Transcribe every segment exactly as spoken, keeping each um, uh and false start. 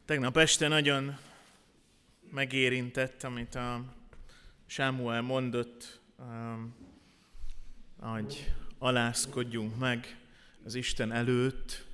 Tegnap este nagyon megérintett, amit a Sámuel mondott, hogy alázkodjunk meg az Isten előtt.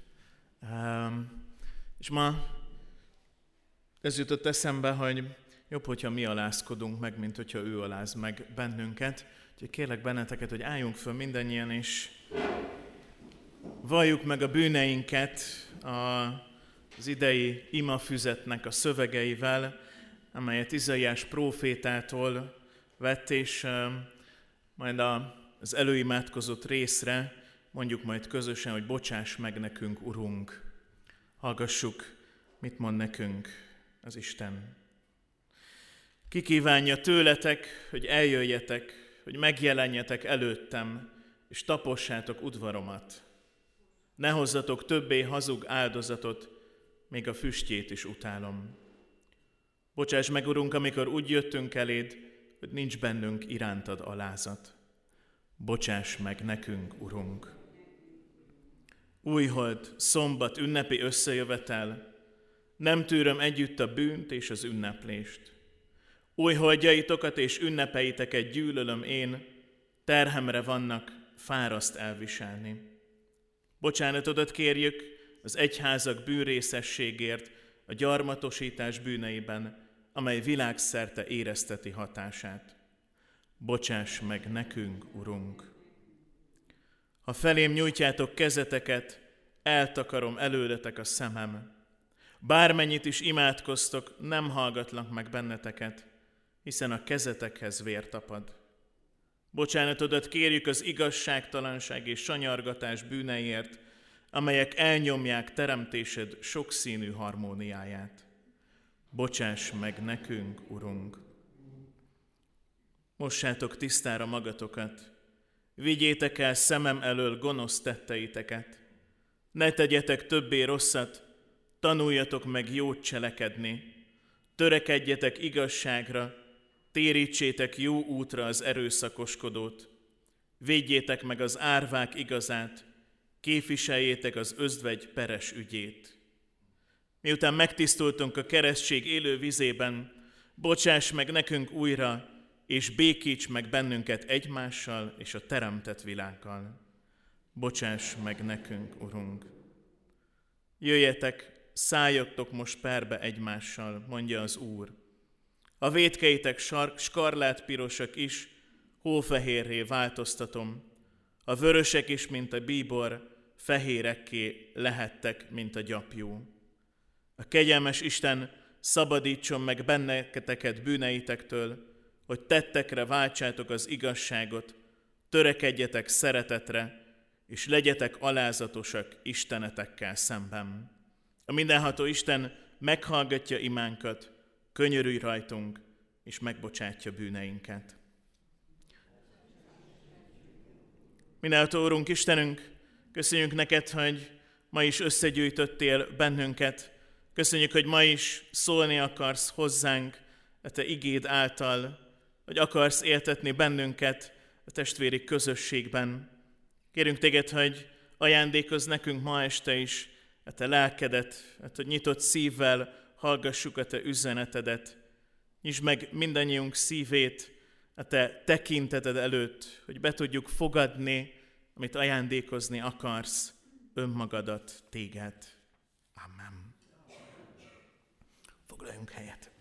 És ma ez jutott eszembe, hogy jobb, hogyha mi alázkodunk meg, mint hogyha ő aláz meg bennünket. Úgyhogy kérlek benneteket, hogy álljunk föl mindannyian, és valljuk meg a bűneinket az idei imafüzetnek a szövegeivel, amelyet Izaiás prófétától vett, és majd az előimádkozott részre mondjuk majd közösen, hogy bocsáss meg nekünk, Urunk. Hallgassuk, mit mond nekünk az Isten. Ki kívánja tőletek, hogy eljöjjetek, hogy megjelenjetek előttem, és tapossátok udvaromat. Ne hozzatok többé hazug áldozatot, még a füstjét is utálom. Bocsáss meg, Urunk, amikor úgy jöttünk eléd, hogy nincs bennünk irántad alázat. Bocsáss meg nekünk, Urunk. Újhold, szombat, ünnepi összejövetel, nem tűröm együtt a bűnt és az ünneplést. Újholdjaitokat és ünnepeiteket gyűlölöm én, terhemre vannak, fáraszt elviselni. Bocsánatodat kérjük az egyházak bűnrészességért, a gyarmatosítás bűneiben, amely világszerte érezteti hatását. Bocsáss meg nekünk, Urunk! Ha felém nyújtjátok kezeteket, eltakarom előletek a szemem. Bármennyit is imádkoztok, nem hallgatlak meg benneteket, hiszen a kezetekhez vér tapad. Bocsánatodat kérjük az igazságtalanság és sanyargatás bűneiért, amelyek elnyomják teremtésed sokszínű harmóniáját. Bocsáss meg nekünk, Urunk! Mossátok tisztára magatokat, vigyétek el szemem elől gonosz tetteiteket, ne tegyetek többé rosszat, tanuljatok meg jót cselekedni, törekedjetek igazságra, térítsétek jó útra az erőszakoskodót, védjétek meg az árvák igazát, képviseljétek az özvegy peres ügyét. Miután megtisztultunk a keresztség élő vizében, bocsáss meg nekünk újra, és békíts meg bennünket egymással és a teremtett világgal. Bocsáss meg nekünk, Urunk! Jöjjetek, szálljatok most perbe egymással, mondja az Úr. A vétkeitek skarlátpirosak is, hófehérré változtatom. A vörösek is, mint a bíbor, fehérekké lehettek, mint a gyapjú. A kegyelmes Isten szabadítson meg benneteket bűneitektől, hogy tettekre váltsátok az igazságot, törekedjetek szeretetre, és legyetek alázatosak istenetekkel szemben. A mindenható Isten meghallgatja imánkat, könyörülj rajtunk, és megbocsátja bűneinket. Mindenható Úrunk, Istenünk, köszönjük neked, hogy ma is összegyűjtöttél bennünket. Köszönjük, hogy ma is szólni akarsz hozzánk a te igéd által, hogy akarsz éltetni bennünket a testvéri közösségben. Kérünk téged, hogy ajándékozz nekünk ma este is a te lelkedet, hogy nyitott szívvel hallgassuk a te üzenetedet. Nyisd meg mindannyiunk szívét a te tekinteted előtt, hogy be tudjuk fogadni, amit ajándékozni akarsz, önmagadat, téged. Amen. Foglaljunk helyet.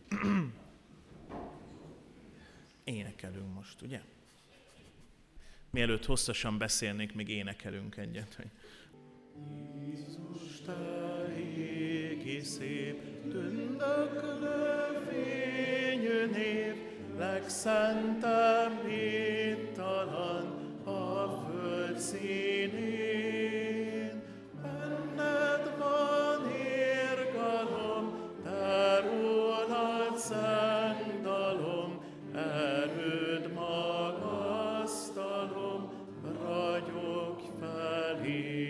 Énekelünk most, ugye? Mielőtt hosszasan beszélnék, még énekelünk egyet, hogy Jézus, te égi szép, tündöklő fényű név, legszentebb hittalan a föld színén. Benned van irgalom, te rólad szent dalom, erőd magasztalom, ragyogj felé.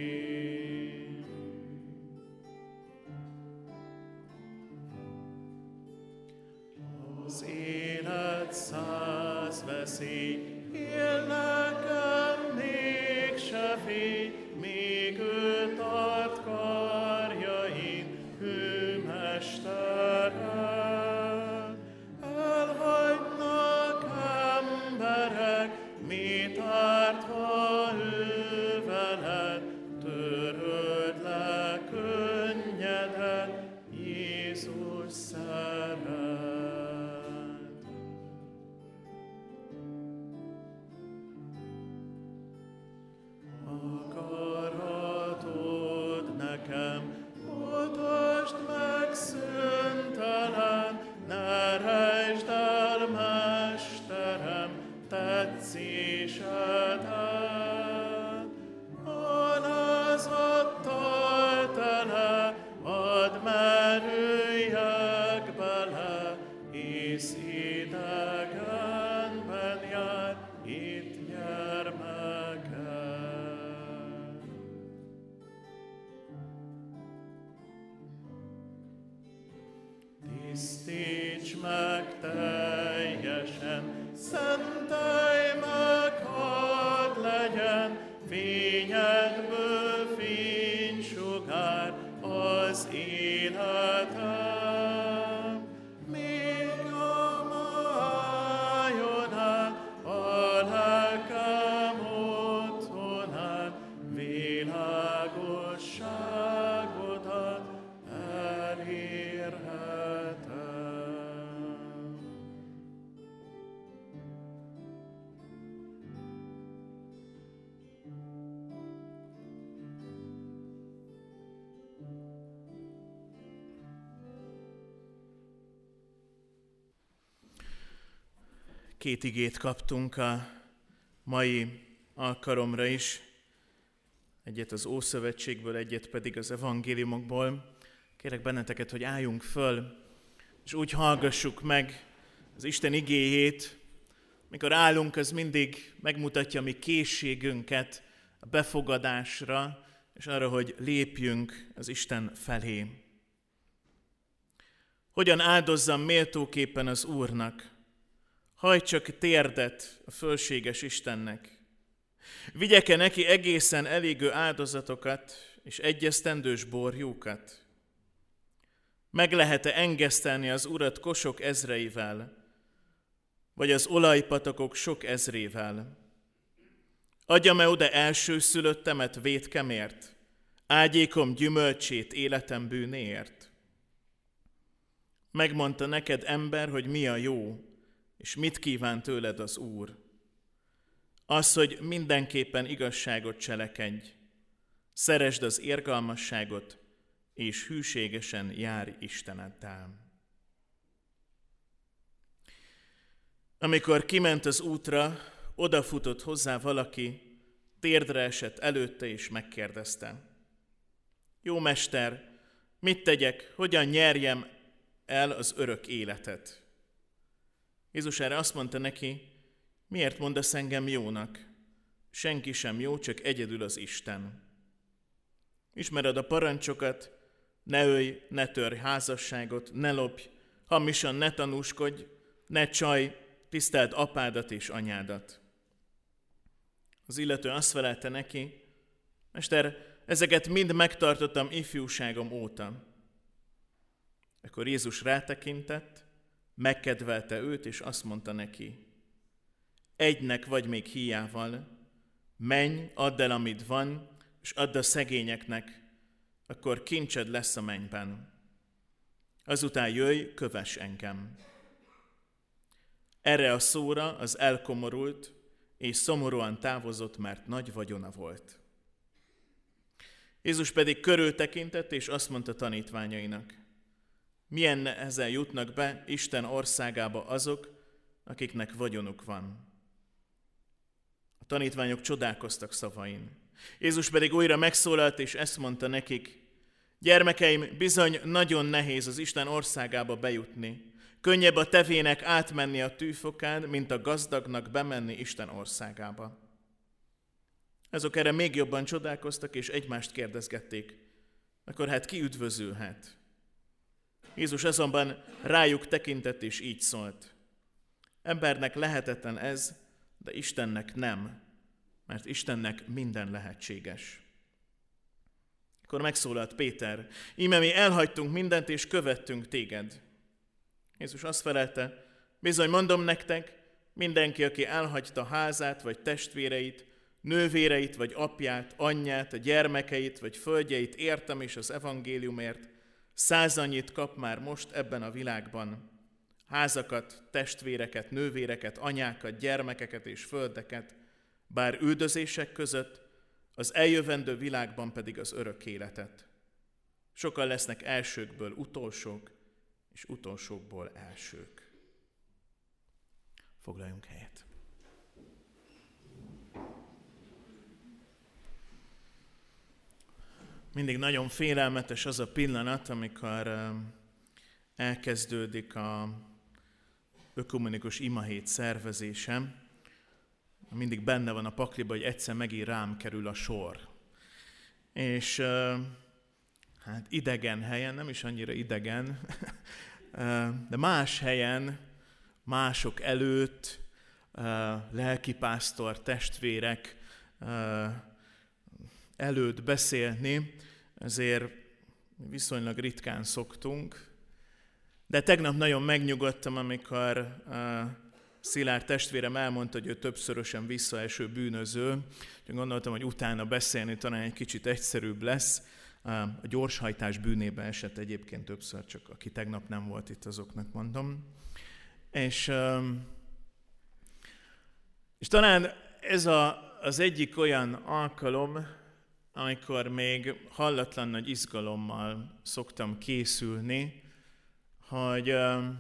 Az élet száz veszély, él nekem mégse félj, még ő tart karjain, ő mester. Jézus szeret. Akaratod nekem, mutasd meg szüntelen, ne rejtsd el, Mesterem, tetszésedet. Alázattal tele, add merüljek bele, hisz idegenben jár itt gyermeked. Tisztíts meg teljesen, szentelj meg, hadd legyen fényedből fénysugár az életem. Míg a májon át, a lelkem otthonát, világosságodat elérhetem. Két igét kaptunk a mai alkalomra is, egyet az Ószövetségből, egyet pedig az evangéliumokból. Kérek benneteket, hogy álljunk föl, és úgy hallgassuk meg az Isten igéjét. Mikor állunk, az mindig megmutatja mi készségünket a befogadásra, és arra, hogy lépjünk az Isten felé. Hogyan áldozzam méltóképpen az Úrnak? Hajtsak térdet a fölséges Istennek. Vigyek-e neki egészen elégő áldozatokat és egyesztendős borjúkat? Meg lehet-e engesztelni az Urat kosok ezreivel, vagy az olajpatakok sok ezrével? Adjam-e oda elsőszülöttemet vétkemért, ágyékom gyümölcsét életem bűnéért? Megmondta neked, ember, hogy mi a jó, és mit kíván tőled az Úr? Az, hogy mindenképpen igazságot cselekedj, szeresd az irgalmasságot, és hűségesen járj Isteneddel. Amikor kiment az útra, odafutott hozzá valaki, térdre esett előtte, és megkérdezte: Jó mester, mit tegyek, hogyan nyerjem el az örök életet? Jézus erre azt mondta neki: miért mondasz engem jónak? Senki sem jó, csak egyedül az Isten. Ismered a parancsokat: ne ölj, ne törj házasságot, ne lopj, hamisan ne tanúskodj, ne csalj, tiszteld apádat és anyádat. Az illető azt felelte neki: Mester, ezeket mind megtartottam ifjúságom óta. Akkor Jézus rátekintett, megkedvelte őt, és azt mondta neki: egynek vagy még híjával, menj, add el, amit van, és add a szegényeknek, akkor kincsed lesz a mennyben. Azután jöjj, kövess engem. Erre a szóra az elkomorult, és szomorúan távozott, mert nagy vagyona volt. Jézus pedig körültekintett, és azt mondta tanítványainak: milyen nehezen jutnak be Isten országába azok, akiknek vagyonuk van. A tanítványok csodálkoztak szavain. Jézus pedig újra megszólalt, és ezt mondta nekik: gyermekeim, bizony nagyon nehéz az Isten országába bejutni. Könnyebb a tevének átmenni a tűfokán, mint a gazdagnak bemenni Isten országába. Azok erre még jobban csodálkoztak, és egymást kérdezgették: akkor hát ki üdvözülhet? Jézus azonban rájuk tekintett, és így szólt: embernek lehetetlen ez, de Istennek nem, mert Istennek minden lehetséges. Akkor megszólalt Péter: íme mi elhagytunk mindent, és követtünk téged. Jézus azt felelte: bizony mondom nektek, mindenki, aki elhagyta házát, vagy testvéreit, nővéreit, vagy apját, anyját, a gyermekeit, vagy földjeit értem és az evangéliumért, Száz annyit kap már most ebben a világban, házakat, testvéreket, nővéreket, anyákat, gyermekeket és földeket, bár üldözések között, az eljövendő világban pedig az örök életet. Sokan lesznek elsőkből utolsók, és utolsókból elsők. Foglaljunk helyet. Mindig nagyon félelmetes az a pillanat, amikor elkezdődik a ökumenikus imahét szervezése. Mindig benne van a pakliba, hogy egyszer megint rám kerül a sor. És hát idegen helyen, nem is annyira idegen, de más helyen, mások előtt, lelkipásztor testvérek előtt beszélni, ezért viszonylag ritkán szoktunk. De tegnap nagyon megnyugodtam, amikor Szilárd testvérem elmondta, hogy ő többszörösen visszaeső bűnöző. Úgyhogy gondoltam, hogy utána beszélni talán egy kicsit egyszerűbb lesz. A gyorshajtás bűnébe esett egyébként többször, csak aki tegnap nem volt itt, azoknak mondom. És, és talán ez a, az egyik olyan alkalom, amikor még hallatlan nagy izgalommal szoktam készülni, hogy,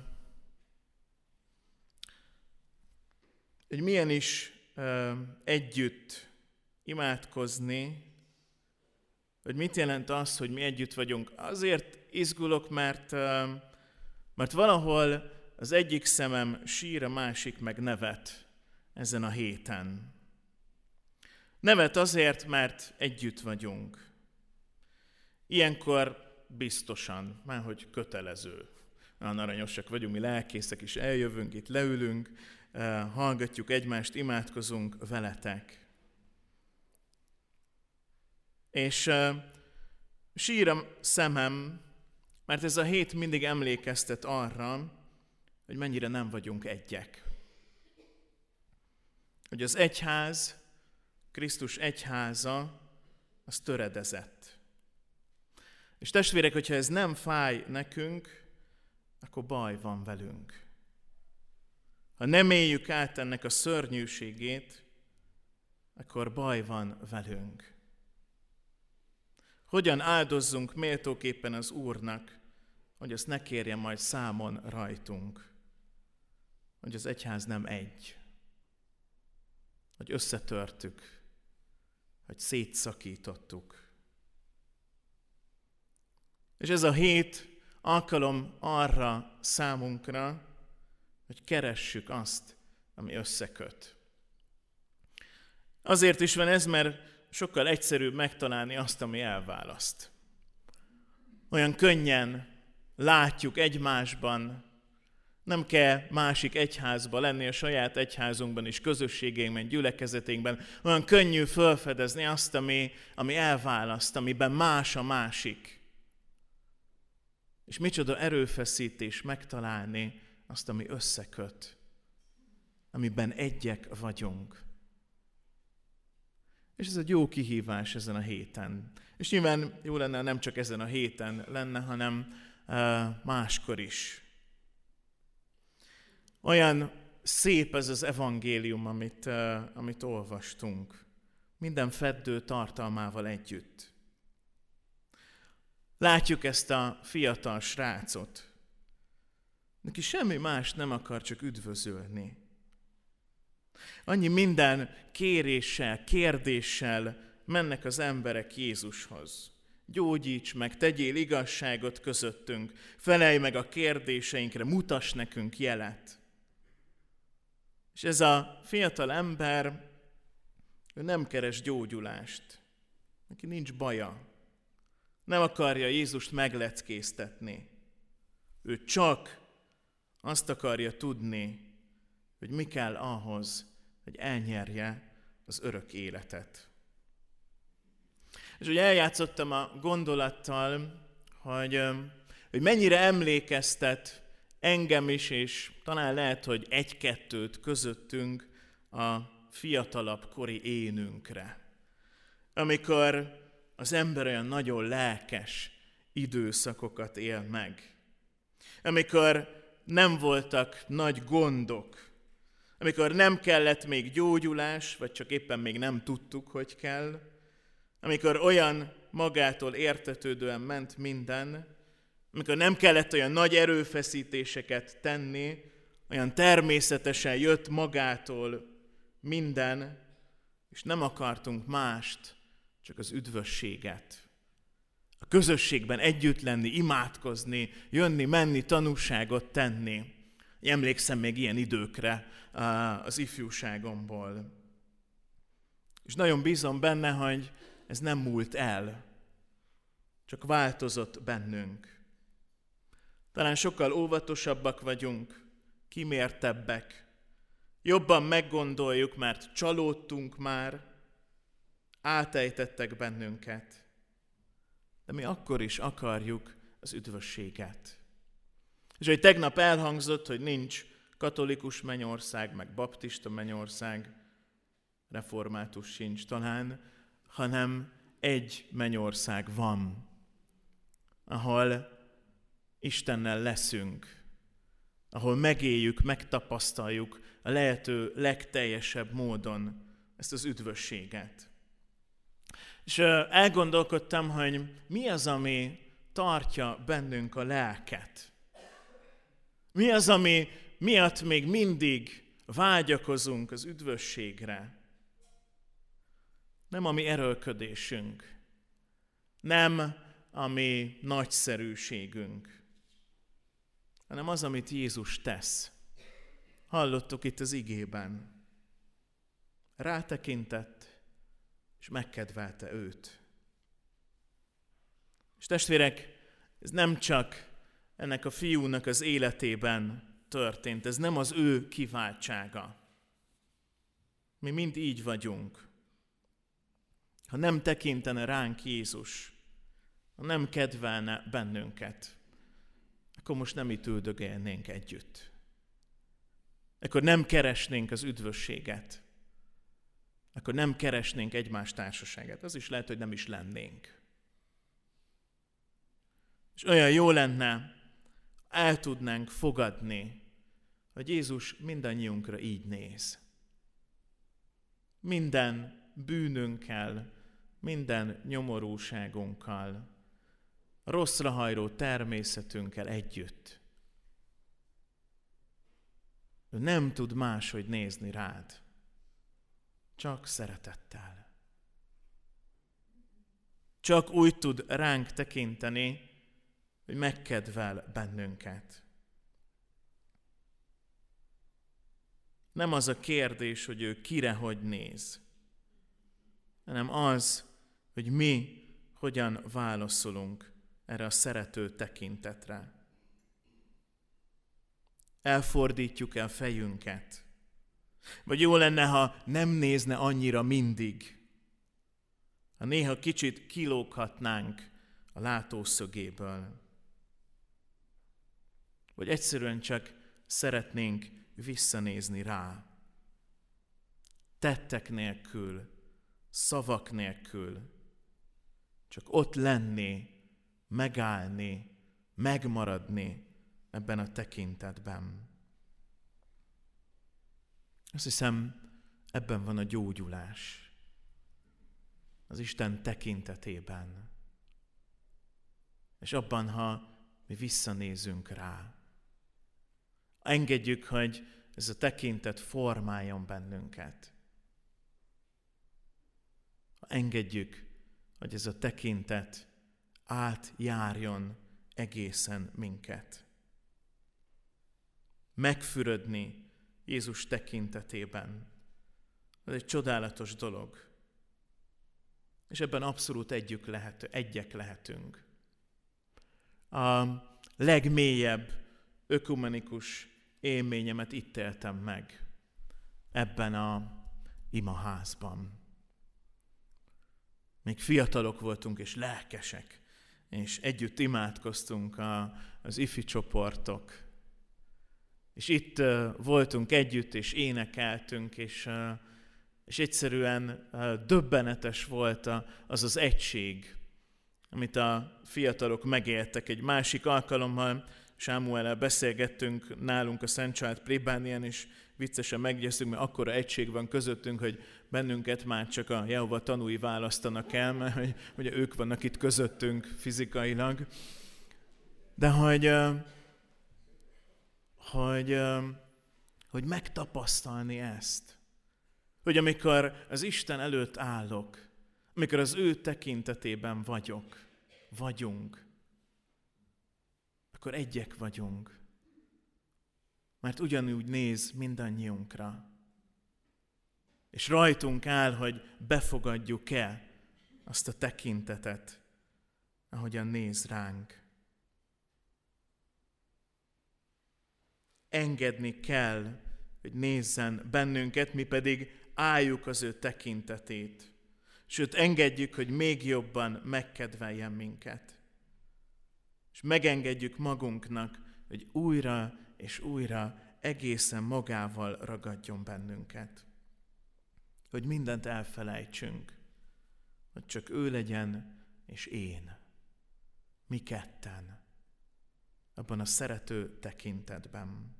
hogy milyen is együtt imádkozni, hogy mit jelent az, hogy mi együtt vagyunk. Azért izgulok, mert, mert valahol az egyik szemem sír, a másik meg nevet ezen a héten. Nevet azért, mert együtt vagyunk. Ilyenkor biztosan, márhogy kötelező. Olyan aranyosak vagyunk, mi lelkészek is eljövünk, itt leülünk, hallgatjuk egymást, imádkozunk veletek. És uh, sír a szemem, mert ez a hét mindig emlékeztet arra, hogy mennyire nem vagyunk egyek. Hogy az egyház, Krisztus egyháza, az töredezett. És testvérek, hogyha ez nem fáj nekünk, akkor baj van velünk. Ha nem éljük át ennek a szörnyűségét, akkor baj van velünk. Hogyan áldozzunk méltóképpen az Úrnak, hogy azt ne kérjen majd számon rajtunk, hogy az egyház nem egy, hogy összetörtük, hogy szétszakítottuk. És ez a hét alkalom arra számunkra, hogy keressük azt, ami összeköt. Azért is van ez, mert sokkal egyszerűbb megtalálni azt, ami elválaszt. Olyan könnyen látjuk egymásban, nem kell másik egyházba lenni, a saját egyházunkban is, közösségeinkben, gyülekezeteinkben. Olyan könnyű felfedezni azt, ami, ami elválaszt, amiben más a másik. És micsoda erőfeszítés megtalálni azt, ami összeköt, amiben egyek vagyunk. És ez egy jó kihívás ezen a héten. És nyilván jó lenne, nem csak ezen a héten lenne, hanem uh, máskor is. Olyan szép ez az evangélium, amit, uh, amit olvastunk. Minden feddő tartalmával együtt. Látjuk ezt a fiatal srácot. Neki semmi más nem akar, csak üdvözölni. Annyi minden kéréssel, kérdéssel mennek az emberek Jézushoz. Gyógyíts meg, tegyél igazságot közöttünk, felelj meg a kérdéseinkre, mutass nekünk jelet. És ez a fiatal ember, ő nem keres gyógyulást. Neki nincs baja. Nem akarja Jézust megleckéztetni. Ő csak azt akarja tudni, hogy mi kell ahhoz, hogy elnyerje az örök életet. És ugye eljátszottam a gondolattal, hogy, hogy mennyire emlékeztet engem is, és talán lehet, hogy egy-kettőt közöttünk a fiatalabb kori énünkre. Amikor az ember olyan nagyon lelkes időszakokat él meg. Amikor nem voltak nagy gondok, amikor nem kellett még gyógyulás, vagy csak éppen még nem tudtuk, hogy kell, amikor olyan magától értetődően ment minden, amikor nem kellett olyan nagy erőfeszítéseket tenni, olyan természetesen jött magától minden, és nem akartunk mást, csak az üdvösséget. A közösségben együtt lenni, imádkozni, jönni, menni, tanúságot tenni. Emlékszem még ilyen időkre az ifjúságomból. És nagyon bízom benne, hogy ez nem múlt el, csak változott bennünk. Talán sokkal óvatosabbak vagyunk, kimértebbek, jobban meggondoljuk, mert csalódtunk már, átejtettek bennünket, de mi akkor is akarjuk az üdvösséget. És hogy tegnap elhangzott, hogy nincs katolikus mennyország, meg baptista mennyország, református sincs talán, hanem egy mennyország van, ahol Istennel leszünk, ahol megéljük, megtapasztaljuk a lehető legteljesebb módon ezt az üdvösséget. És elgondolkodtam, hogy mi az, ami tartja bennünk a lelket. Mi az, ami miatt még mindig vágyakozunk az üdvösségre. Nem a mi erőlködésünk, nem a mi nagyszerűségünk, hanem az, amit Jézus tesz. Hallottuk itt az igében. Rátekintett, és megkedvelte őt. És testvérek, ez nem csak ennek a fiúnak az életében történt, ez nem az ő kiváltsága. Mi mind így vagyunk. Ha nem tekintene ránk Jézus, ha nem kedvelne bennünket, akkor most nem itt üldögélnénk együtt. Akkor nem keresnénk az üdvösséget. Akkor nem keresnénk egymás társaságát. Az is lehet, hogy nem is lennénk. És olyan jó lenne, el tudnánk fogadni, hogy Jézus mindannyiunkra így néz. Minden bűnünkkel, minden nyomorúságunkkal, a rosszra hajró természetünkkel együtt. Ő nem tud máshogy nézni rád, csak szeretettel. Csak úgy tud ránk tekinteni, hogy megkedvel bennünket. Nem az a kérdés, hogy ő kire hogy néz, hanem az, hogy mi hogyan válaszolunk erre a szerető tekintetre. Elfordítjuk el fejünket, vagy jó lenne, ha nem nézne annyira mindig, ha néha kicsit kilóghatnánk a látószögéből, vagy egyszerűen csak szeretnénk visszanézni rá. Tettek nélkül, szavak nélkül, csak ott lenni, megállni, megmaradni ebben a tekintetben. Azt hiszem, ebben van a gyógyulás. Az Isten tekintetében. És abban, ha mi visszanézünk rá. Engedjük, hogy ez a tekintet formáljon bennünket. Engedjük, hogy ez a tekintet átjárjon egészen minket. Megfürödni Jézus tekintetében. Ez egy csodálatos dolog. És ebben abszolút együk lehet, egyek lehetünk. A legmélyebb ökumenikus élményemet itt éltem meg, ebben a imaházban. Még fiatalok voltunk és lelkesek, és együtt imádkoztunk a, az ifi csoportok. És itt uh, voltunk együtt, és énekeltünk, és, uh, és egyszerűen uh, döbbenetes volt a, az az egység, amit a fiatalok megéltek. Egy másik alkalommal Sámuellel beszélgettünk nálunk a Szent Család plébánián, és viccesen meggyőztünk, mert akkora egység van közöttünk, hogy bennünket már csak a Jehova tanúi választanak el, mert hogy, ugye ők vannak itt közöttünk fizikailag. De hogy, hogy, hogy megtapasztalni ezt, hogy amikor az Isten előtt állok, amikor az ő tekintetében vagyok, vagyunk, akkor egyek vagyunk. Mert ugyanúgy néz mindannyiunkra. És rajtunk áll, hogy befogadjuk-e azt a tekintetet, ahogyan néz ránk. Engedni kell, hogy nézzen bennünket, mi pedig álljuk az ő tekintetét. Sőt, engedjük, hogy még jobban megkedveljen minket. És megengedjük magunknak, hogy újra és újra egészen magával ragadjon bennünket. Hogy mindent elfelejtsünk, hogy csak ő legyen és én. Mi ketten. Abban a szerető tekintetben.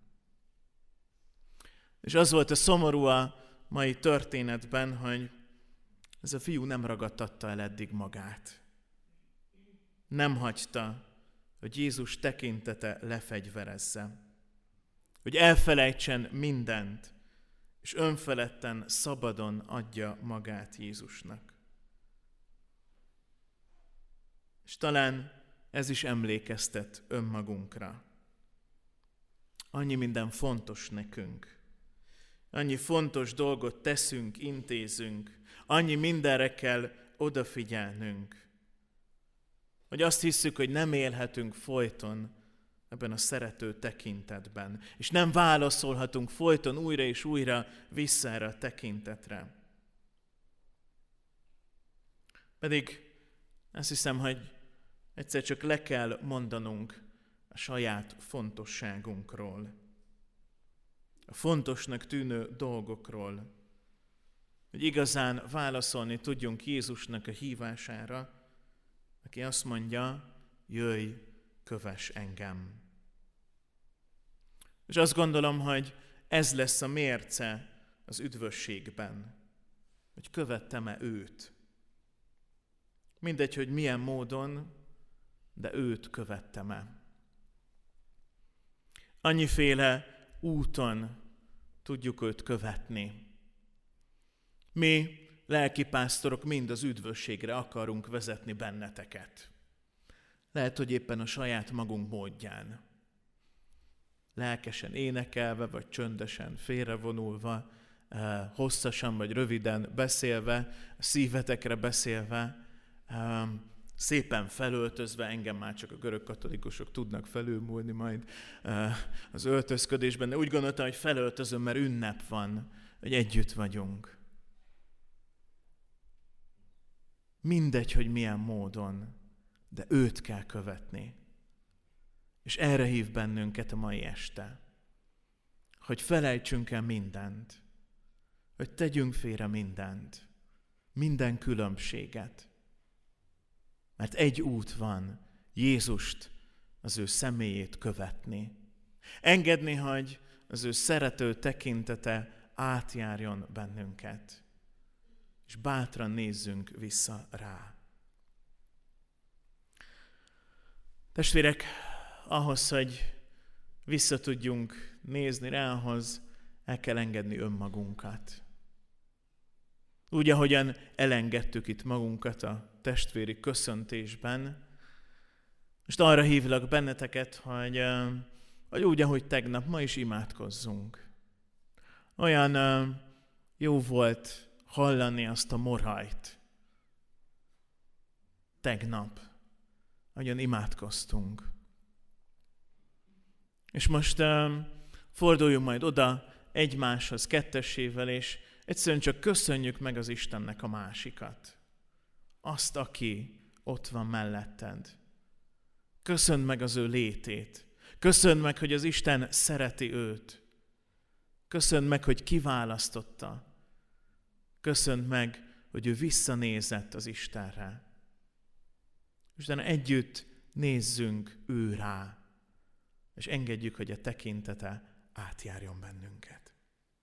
És az volt a szomorú a mai történetben, hogy ez a fiú nem ragadtatta el eddig magát. Nem hagyta, hogy Jézus tekintete lefegyverezze. Hogy elfelejtsen mindent, és önfeledten, szabadon adja magát Jézusnak. És talán ez is emlékeztet önmagunkra. Annyi minden fontos nekünk. Annyi fontos dolgot teszünk, intézünk. Annyi mindenre kell odafigyelnünk. Hogy azt hiszük, hogy nem élhetünk folyton ebben a szerető tekintetben. És nem válaszolhatunk folyton újra és újra vissza erre a tekintetre. Pedig azt hiszem, hogy egyszer csak le kell mondanunk a saját fontosságunkról. A fontosnak tűnő dolgokról. Hogy igazán válaszolni tudjunk Jézusnak a hívására, aki azt mondja, jöjj, kövess engem. És azt gondolom, hogy ez lesz a mérce az üdvösségben, hogy követtem-e őt. Mindegy, hogy milyen módon, de őt követtem-e. Annyiféle úton tudjuk őt követni. Mi, lelkipásztorok, mind az üdvösségre akarunk vezetni benneteket. Lehet, hogy éppen a saját magunk módján. Lelkesen énekelve, vagy csöndesen félrevonulva, hosszasan vagy röviden beszélve, a szívetekre beszélve, szépen felöltözve, engem már csak a görögkatolikusok tudnak felülmúlni majd az öltözködésben, de úgy gondoltam, hogy felöltözöm, mert ünnep van, hogy együtt vagyunk. Mindegy, hogy milyen módon, de őt kell követni. És erre hív bennünket a mai este, hogy felejtsünk el mindent, hogy tegyünk félre mindent, minden különbséget. Mert egy út van, Jézust, az ő személyét követni. Engedni, hogy az ő szerető tekintete átjárjon bennünket. És bátran nézzünk vissza rá. Testvérek, ahhoz, hogy vissza tudjunk nézni rá, ahhoz el kell engedni önmagunkat. Úgy, ahogyan elengedtük itt magunkat a testvéri köszöntésben, most arra hívlak benneteket, hogy, hogy úgy, ahogy tegnap, ma is imádkozzunk. Olyan jó volt hallani azt a morhajt. Tegnap, ahogyan imádkoztunk. És most forduljunk majd oda egymáshoz kettessével, és egyszerűen csak köszönjük meg az Istennek a másikat. Azt, aki ott van melletted. Köszönd meg az ő létét. Köszönd meg, hogy az Isten szereti őt. Köszönd meg, hogy kiválasztotta. Köszönd meg, hogy ő visszanézett az Istenre. Utána együtt nézzünk ő rá, és engedjük, hogy a tekintete átjárjon bennünket.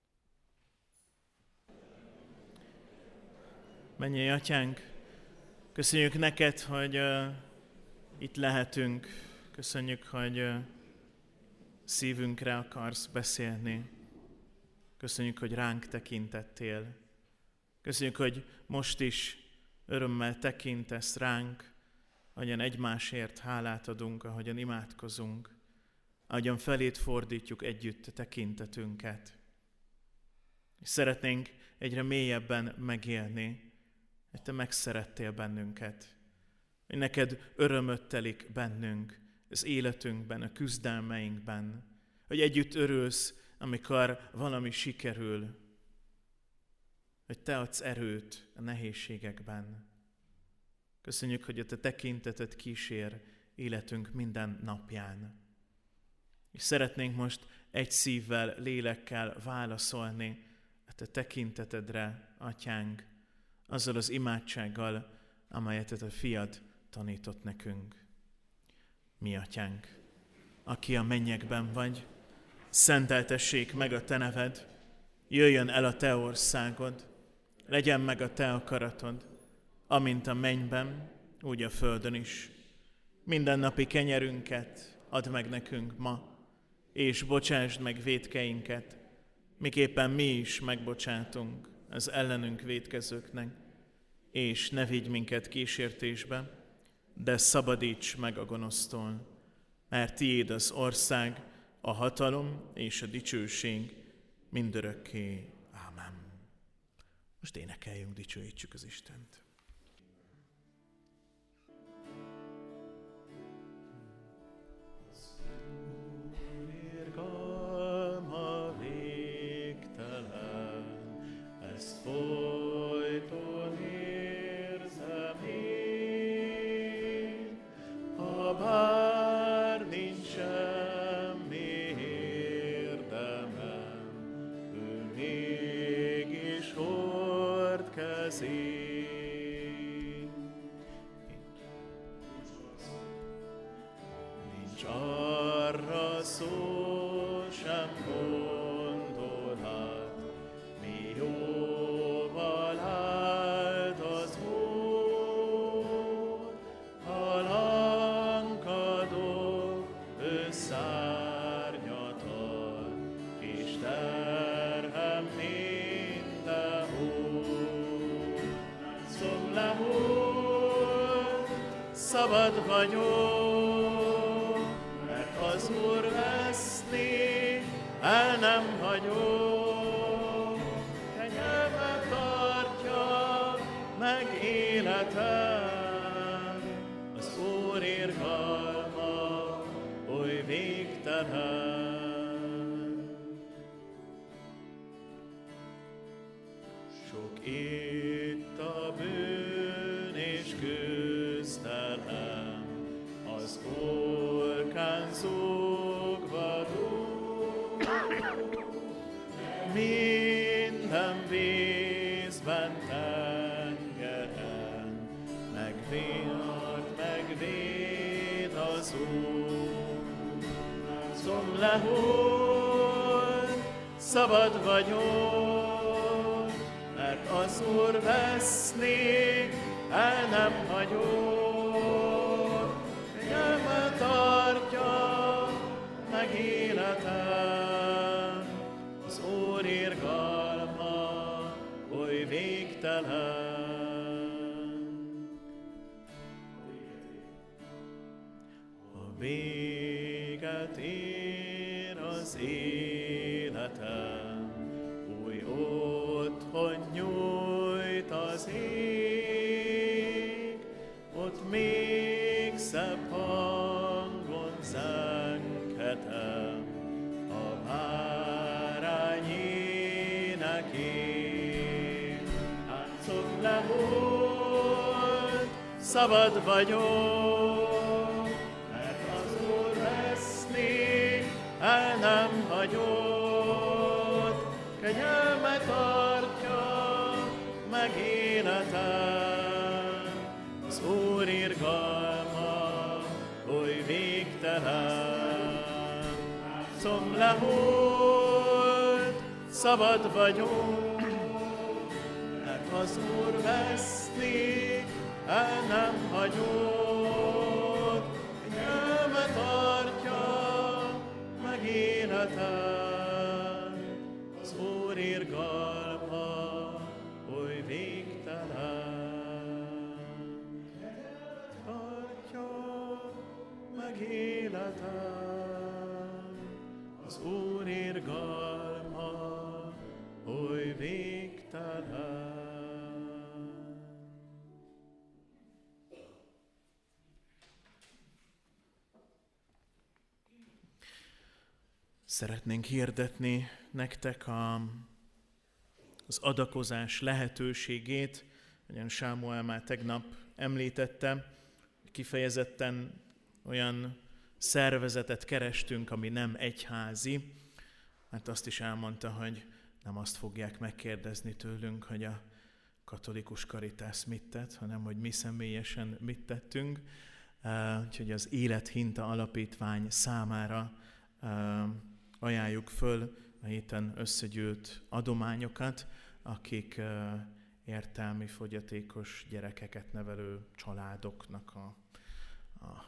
Mennyei Atyánk, köszönjük neked, hogy uh, itt lehetünk. Köszönjük, hogy uh, szívünkre akarsz beszélni. Köszönjük, hogy ránk tekintettél. Köszönjük, hogy most is örömmel tekintesz ránk, ahogyan egymásért hálát adunk, ahogyan imádkozunk, ahogyan felét fordítjuk együtt a tekintetünket. És szeretnénk egyre mélyebben megélni, hogy te megszerettél bennünket, hogy neked örömöt telik bennünk, az életünkben, a küzdelmeinkben, hogy együtt örülsz, amikor valami sikerül, hogy te adsz erőt a nehézségekben. Köszönjük, hogy a te tekinteted kísér életünk minden napján. És szeretnénk most egy szívvel, lélekkel válaszolni a te tekintetedre, Atyánk, azzal az imádsággal, amelyet a te fiad tanított nekünk. Mi, Atyánk, aki a mennyekben vagy, szenteltessék meg a te neved, jöjjön el a te országod, legyen meg a te akaratod, amint a mennyben, úgy a földön is. Mindennapi kenyerünket add meg nekünk ma, és bocsásd meg vétkeinket, miképpen mi is megbocsátunk az ellenünk vétkezőknek, és ne vigy minket kísértésbe, de szabadíts meg a gonosztól, mert tiéd az ország, a hatalom és a dicsőség mindörökké. Ámen. Most énekeljünk, dicsőítsük az Istent. Irgalma végtelen, ezt folyton érzem én, ha bár nincs semmi érdemem, ő mégis hord kezén. Nincs arra szó sem gondolat, mi jóval állt az Úr, ha lankadó ő szárnyat ad, és terhem mindenhol. Szomlem Úr, szabad vagyok, mert az Úr veszni el nem hagyok. Kegyelme tartja meg életem, az Úr irgalma oly végtelen. Sok itt a bűn és küzdelem, az orkán zúgva dúl. Minden vízben, tengeren, megvéd, megvéd az Úr. Szom le, Úr, szabad vagyok, mert az Úr veszni el nem hagyok. Kegyelme tartja meg életem, az Úr irgalma oly végtelen. Ha véget ér az életem, új otthon nyújt az ég, ott még szebb hangon zenghetem a bárány énekét. Táncok le, Úr, szabad vagyok, mert az Úr veszni el nem hagyott. Kegyelme tartja meg életem, az Úr irgalma arcom lehult, szabad vagyok, mert az Úr veszni el nem hagyott, nyelme tartja meg életem, az Úr irgalma oly végtelen. Tartja meg életem, az Úr irgalma oly végtelen. Szeretnénk hirdetni nektek a, az adakozás lehetőségét, ahogyan Sámuel már tegnap említette, kifejezetten olyan szervezetet kerestünk, ami nem egyházi, mert azt is elmondta, hogy nem azt fogják megkérdezni tőlünk, hogy a katolikus Caritas mit tett, hanem hogy mi személyesen mit tettünk. Úgyhogy az Élethinta Alapítvány számára ajánljuk föl a héten összegyűlt adományokat, akik értelmi fogyatékos gyerekeket nevelő családoknak a, a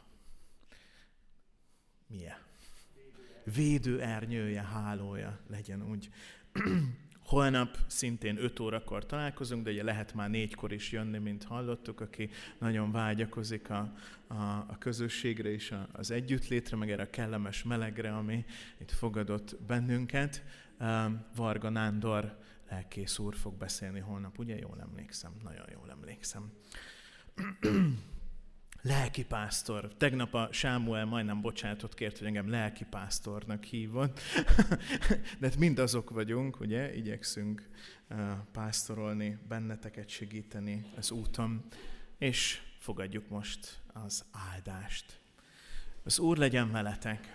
milyen? Védőernyője, hálója legyen úgy. Holnap szintén öt órakor találkozunk, de ugye lehet már négykor is jönni, mint hallottuk, aki nagyon vágyakozik a, a, a közösségre és a, az együttlétre, meg erre a kellemes melegre, ami itt fogadott bennünket. Varga Nándor lelkész úr fog beszélni holnap, ugye? Jól emlékszem, nagyon jól emlékszem. Lelkipásztor. Tegnap a Sámuel majdnem bocsánatot kért, hogy engem lelkipásztornak hívott. De hát mind azok vagyunk, ugye? Igyekszünk pásztorolni, benneteket segíteni az úton. És fogadjuk most az áldást. Az Úr legyen veletek.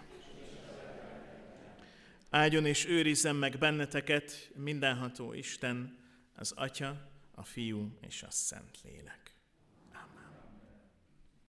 Áldjon és őrizzen meg benneteket mindenható Isten, az Atya, a Fiú és a Szentlélek.